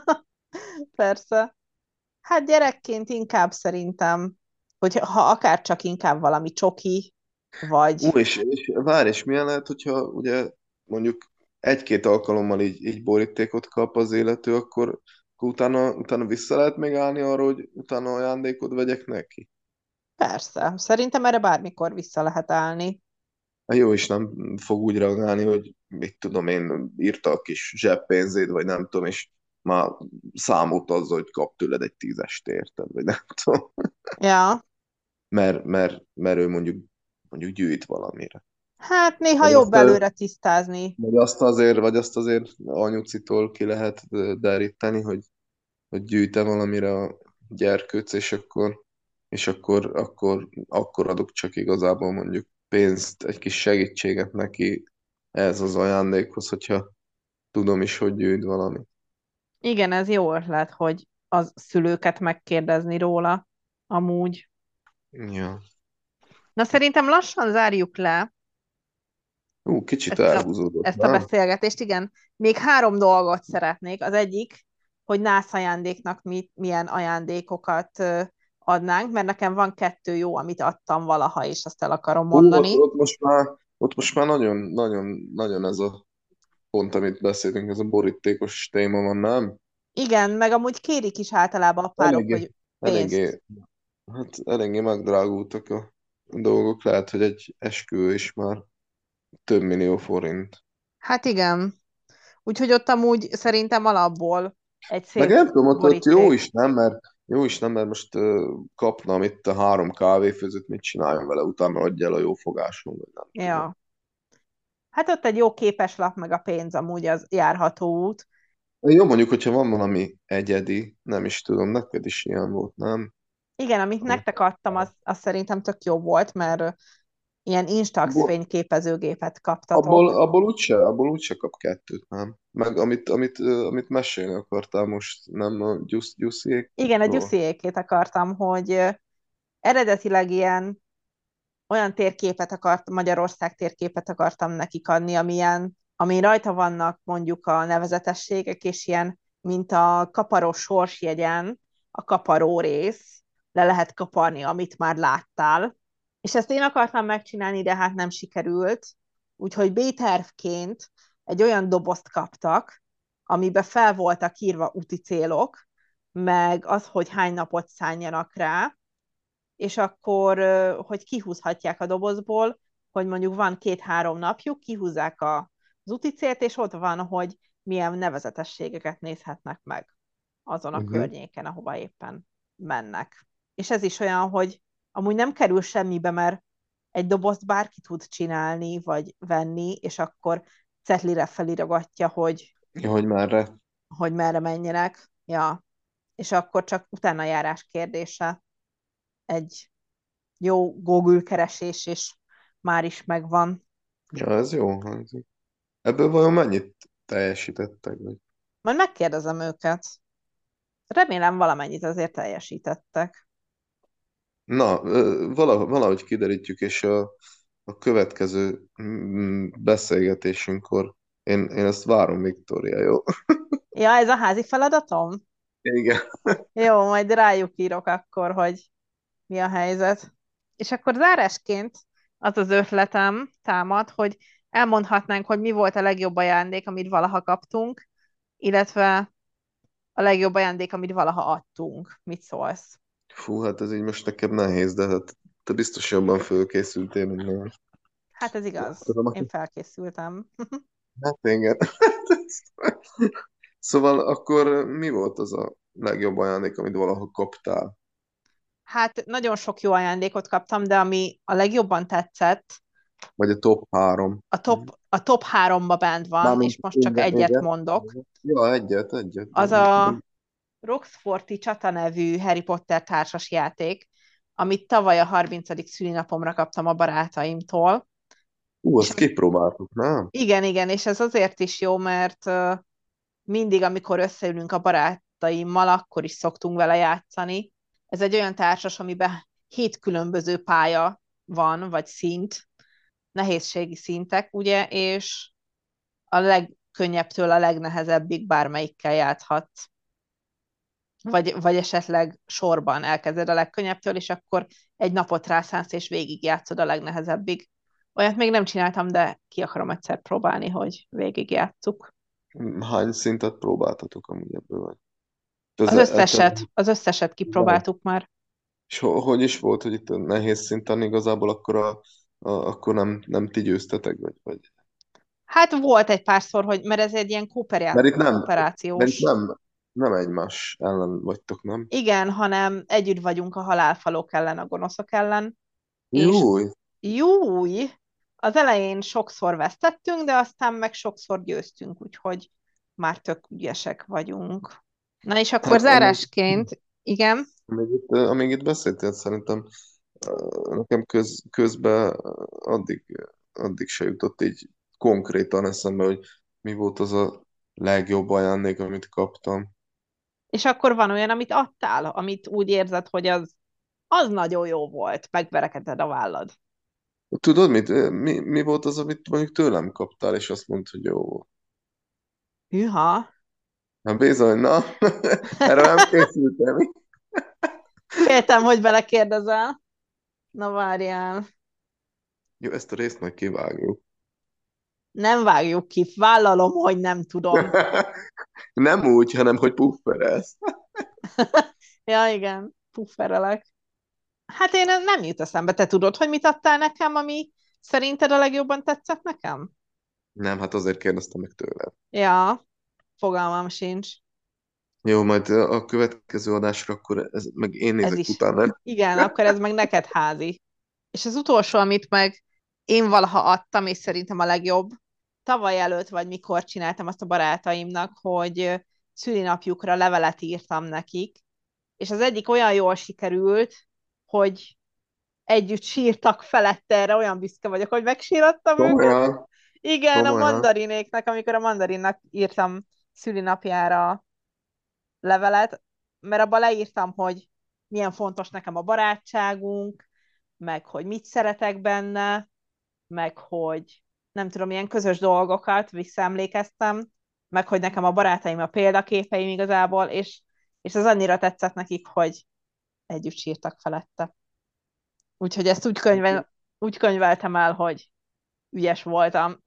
persze. Hát gyerekként inkább szerintem, hogy ha akár csak inkább valami csoki, Ú, vagy és, és várj, és milyen lehet, hogyha ugye mondjuk egy-két alkalommal így, így borítékot kap az illető, akkor, akkor utána, utána vissza lehet még állni arra, hogy utána ajándékot vegyek neki? persze, szerintem erre bármikor vissza lehet állni. Hát jó, is nem fog úgy reagálni, hogy mit tudom én, írta a kis zseppénzét, vagy nem tudom, és már számolt azzal, hogy kap tőled egy tízest, érted, vagy nem tudom. Ja, Mert, mert, mert ő mondjuk, mondjuk gyűjt valamire. hát néha Vagy jobb azt, előre tisztázni. vagy azt azért, vagy azt azért anyucitól ki lehet deríteni, hogy, hogy gyűjte valamire a gyerkőc, és akkor, és akkor, akkor, akkor adok csak igazából mondjuk pénzt, egy kis segítséget neki ez az ajándékhoz, hogyha tudom is, hogy gyűjt valami. Igen, ez jó ötlet, hogy az szülőket megkérdezni róla, amúgy. Ja. Na szerintem lassan zárjuk le Ú, kicsit ezt a, elhúzódott, ezt a nem? beszélgetést. Igen, még három dolgot szeretnék. Az egyik, hogy nász ajándéknak mi, milyen ajándékokat ö, adnánk, mert nekem van kettő jó, amit adtam valaha, és azt el akarom Hú, ott, mondani. ott most már, ott most már nagyon, nagyon, nagyon ez a pont, amit beszéltünk, ez a borítékos téma van, nem? Igen, meg amúgy kérik is általában a párok, Eléggé, hogy pénzt. eléggé, hát eléggé megdrágultak a dolgok, lehet, hogy egy esküvő is már több millió forint. Hát igen. Úgyhogy ott amúgy szerintem alapból egy Meg szép nem tudom, ott, ott jó boríték. is, nem, mert jó is nem, mert most uh, kapnám itt a három kávéfőzőt, mit csináljon vele, utána adja el a jó fogásom, vagy nem tudom. Ja. Hát ott egy jó képeslap, meg a pénz amúgy az járható út. Jó, mondjuk, hogyha van valami egyedi, nem is tudom, neked is ilyen volt, nem? Igen, amit nektek adtam, az, az szerintem tök jó volt, mert ö, ilyen Instax Abból, fényképezőgépet abból, kaptatok. abból úgyse, abból úgyse kap kettőt, nem? Meg amit, amit, ö, amit mesélni akartál most, nem a gyusz, Igen, a gyusziékról? Gyusziékét akartam, hogy ö, eredetileg ilyen olyan térképet akart, Magyarország térképet akartam nekik adni, amilyen, ami rajta vannak mondjuk a nevezetességek, és ilyen, mint a kaparós sorsjegyen, a kaparó rész, le lehet kaparni, amit már láttál. És ezt én akartam megcsinálni, de hát nem sikerült. Úgyhogy B-tervként egy olyan dobozt kaptak, amiben fel voltak írva úti célok, meg az, hogy hány napot szánjanak rá, és akkor, hogy kihúzhatják a dobozból, hogy mondjuk van két-három napjuk, kihúzzák a, az úti célt, és ott van, hogy milyen nevezetességeket nézhetnek meg azon a Uh-huh. környéken, ahova éppen mennek. És ez is olyan, hogy amúgy nem kerül semmibe, mert egy dobozt bárki tud csinálni, vagy venni, és akkor cetlire feliragatja, hogy, Ja, hogy merre. hogy merre menjenek. Ja. És akkor csak utána járás kérdése egy jó Google keresés, és már is megvan. Ja, ez jó hangzik. Ebből vajon mennyit teljesítettek? Vagy? Majd megkérdezem őket. Remélem valamennyit azért teljesítettek. Na, ö, valahogy, valahogy kiderítjük, és a, a következő mm, beszélgetésünkkor én, én ezt várom, Viktória, jó? Ja, ez a házi feladatom? Igen. Jó, majd rájuk írok akkor, hogy mi a helyzet. És akkor zárásként az az ötletem támad, hogy elmondhatnánk, hogy mi volt a legjobb ajándék, amit valaha kaptunk, illetve a legjobb ajándék, amit valaha adtunk. Mit szólsz? Fú, hát ez így most nekem nehéz, de hát te biztos jobban fölkészültél, mint én. Hát ez igaz. Tudom, Én aki- felkészültem. Hát igen. Szóval akkor mi volt az a legjobb ajándék, amit valaha kaptál? Hát nagyon sok jó ajándékot kaptam, de ami a legjobban tetszett, Vagy a top három? a top, a top háromba bent van, és Mármint most csak igen, egyet igen. mondok. Ja, egyet, egyet. Az a Roxforti Csata nevű Harry Potter társas játék, amit tavaly a harmincadik szülinapomra kaptam a barátaimtól. Ú, És azt kipróbáltuk, nem? igen, igen, és ez azért is jó, mert ö, mindig, amikor összeülünk a barátaimmal, akkor is szoktunk vele játszani. Ez egy olyan társas, amiben hét különböző pálya van, vagy szint, nehézségi szintek, ugye, és a legkönnyebbtől a legnehezebbig bármelyikkel játszhatsz. Vagy, vagy esetleg sorban elkezded a legkönnyebbtől, és akkor egy napot rászánsz, és végig játszod a legnehezebbig. Olyat még nem csináltam, de ki akarom egyszer próbálni, hogy végig játsszuk. Hány szintet próbáltatok amúgy ebből? Vagy? Az Ez, e- te, összeset, az összeset kipróbáltuk már. és ho- hogy is volt, hogy itt a nehéz szinten igazából akkor, a, a, akkor nem, nem ti győztetek, vagy, vagy? Hát volt egy párszor, hogy, mert ez egy ilyen Mert kooperá- itt nem, mert itt kooperációs. nem, nem egymás ellen vagytok, nem? Igen, hanem együtt vagyunk a halálfalók ellen, a gonoszok ellen, és Júj, júj, az elején sokszor vesztettünk, de aztán meg sokszor győztünk, úgyhogy már tök ügyesek vagyunk. Na és akkor hát amíg, zárásként, igen, amíg, itt, amíg itt beszéltél, szerintem uh, nekem köz, közben uh, addig, addig se jutott így konkrétan eszembe, hogy mi volt az a legjobb ajándék, amit kaptam. és akkor van olyan, amit adtál, amit úgy érzed, hogy az, az nagyon jó volt, megverekeded a vállad. Tudod mit? Mi, mi volt az, amit mondjuk tőlem kaptál, és azt mondtad, hogy jó volt? Hűha. Hát bizony, na, erre nem készültem. Féltem, hogy belekérdezel. Na várjál. Jó, ezt a részt majd kivágjuk. Nem vágjuk ki, vállalom, hogy nem tudom. Nem úgy, hanem hogy pufferelsz. Ja, igen, pufferelek. Hát én nem jut eszembe. Te tudod, hogy mit adtál nekem, ami szerinted a legjobban tetszett nekem? Nem, hát azért kérdeztem meg tőled. Ja, fogalmam sincs. Jó, majd a következő adásra akkor ez, meg én Ez nézek is. utána. Igen, akkor ez meg neked házi. És az utolsó, amit meg én valaha adtam, és szerintem a legjobb, tavaly előtt, vagy mikor csináltam azt a barátaimnak, hogy szülinapjukra levelet írtam nekik, és az egyik olyan jól sikerült, hogy együtt sírtak felette, erre olyan büszke vagyok, hogy megsírattam őket. Komolyan, Igen, a komolyan. mandarinéknek, amikor a mandarinnak írtam szülinapjára levelet, mert abban leírtam, hogy milyen fontos nekem a barátságunk, meg hogy mit szeretek benne, meg hogy nem tudom, ilyen közös dolgokat visszaemlékeztem, meg hogy nekem a barátaim a példaképeim igazából, és, és az annyira tetszett nekik, hogy együtt sírtak felette. Úgyhogy ezt úgy, könyvel, úgy könyveltem el, hogy ügyes voltam.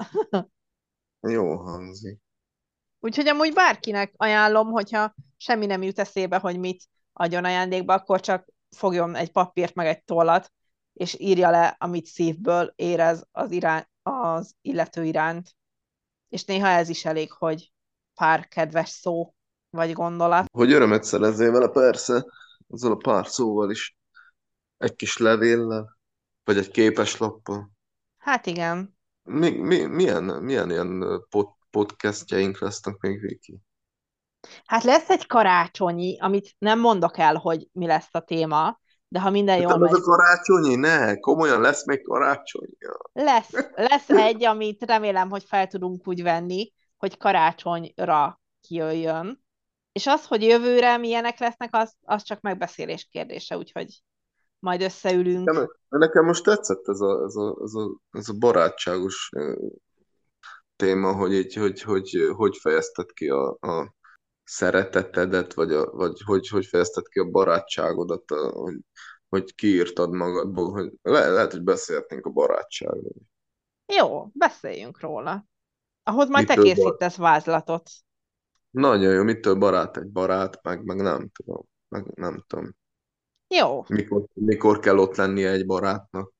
Jó hangzik. Úgyhogy amúgy bárkinek ajánlom, hogyha semmi nem jut eszébe, hogy mit adjon ajándékba, akkor csak fogjon egy papírt meg egy tollat, és írja le, amit szívből érez az, irány, az illető iránt. És néha ez is elég, hogy pár kedves szó vagy gondolat. Hogy örömet szerezzél vele, persze, azzal a pár szóval is. Egy kis levéllel, vagy egy képeslappal. Hát igen. Mi, mi, milyen, milyen ilyen pod, podcastjaink lesznek még, Viki? Hát lesz egy karácsonyi, amit nem mondok el, hogy mi lesz a téma, de ha minden De jól nem ez a megy, karácsonyi? Ne, komolyan lesz még karácsony? lesz, lesz egy, amit remélem, hogy fel tudunk úgy venni, hogy karácsonyra kijöjjön. És az, hogy jövőre milyenek lesznek, az, az csak megbeszélés kérdése, úgyhogy majd összeülünk. Nekem, nekem most tetszett ez a, ez a, ez a, ez a barátságos ö, téma, hogy így, hogy, hogy, hogy fejezted ki a, a szeretetedet, vagy, a, vagy hogy, hogy fejezted ki a barátságodat, a, hogy, hogy kiírtad magadból, hogy le, lehet, hogy beszélhetnénk a barátságról. Jó, beszéljünk róla. Ahhoz majd te Mitől bar... készítesz vázlatot. Nagyon jó, mitől barát egy barát, meg, meg nem tudom, meg nem tudom. Jó, Mikor, mikor kell ott lennie egy barátnak.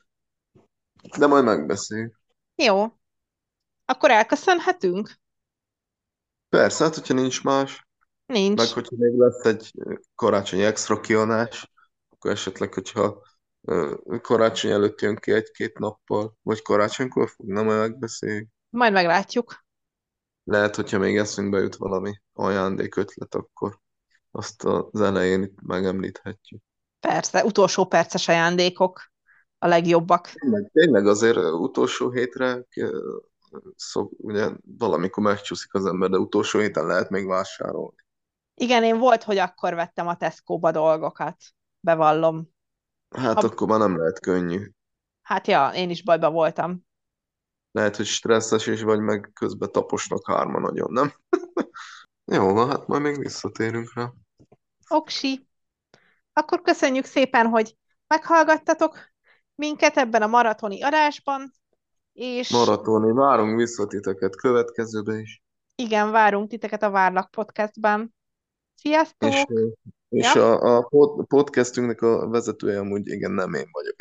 De majd megbeszéljük. jó. Akkor elköszönhetünk? Persze, hát hogyha nincs más, meg Nincs. hogyha még lesz egy karácsonyi extra kiadás, akkor esetleg, hogyha ö, karácsony előtt jön ki egy-két nappal, vagy karácsonykor fog, nem megbeszéljük. Majd meglátjuk. Lehet, hogyha még eszünkbe jut valami ajándékötlet, akkor azt az elején itt megemlíthetjük. Persze, utolsó perces ajándékok a legjobbak. Tényleg, tényleg azért utolsó hétre szó, ugye valamikor megcsúszik az ember, de utolsó héten lehet még vásárolni. Igen, én volt, hogy akkor vettem a Tesco-ba dolgokat. Bevallom. Hát Ha, akkor már nem lehet könnyű. hát ja, én is bajba voltam. Lehet, hogy stresszes is vagy, meg közben taposnak hárman nagyon, nem? Jó, van, hát majd még visszatérünk rá. Oksi. Akkor köszönjük szépen, hogy meghallgattatok minket ebben a maratoni adásban, és Maratoni, várunk vissza titeket következőbe is. igen, várunk titeket a Várlak Podcastben. És, Sziasztok! és Ja? a, a pod- podcastünknek a vezetője amúgy igen, nem én vagyok.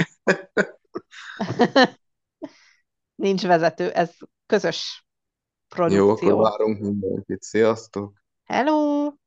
Nincs vezető, ez közös Jó, akkor produkció. várunk mindenkit. Sziasztok! Hello!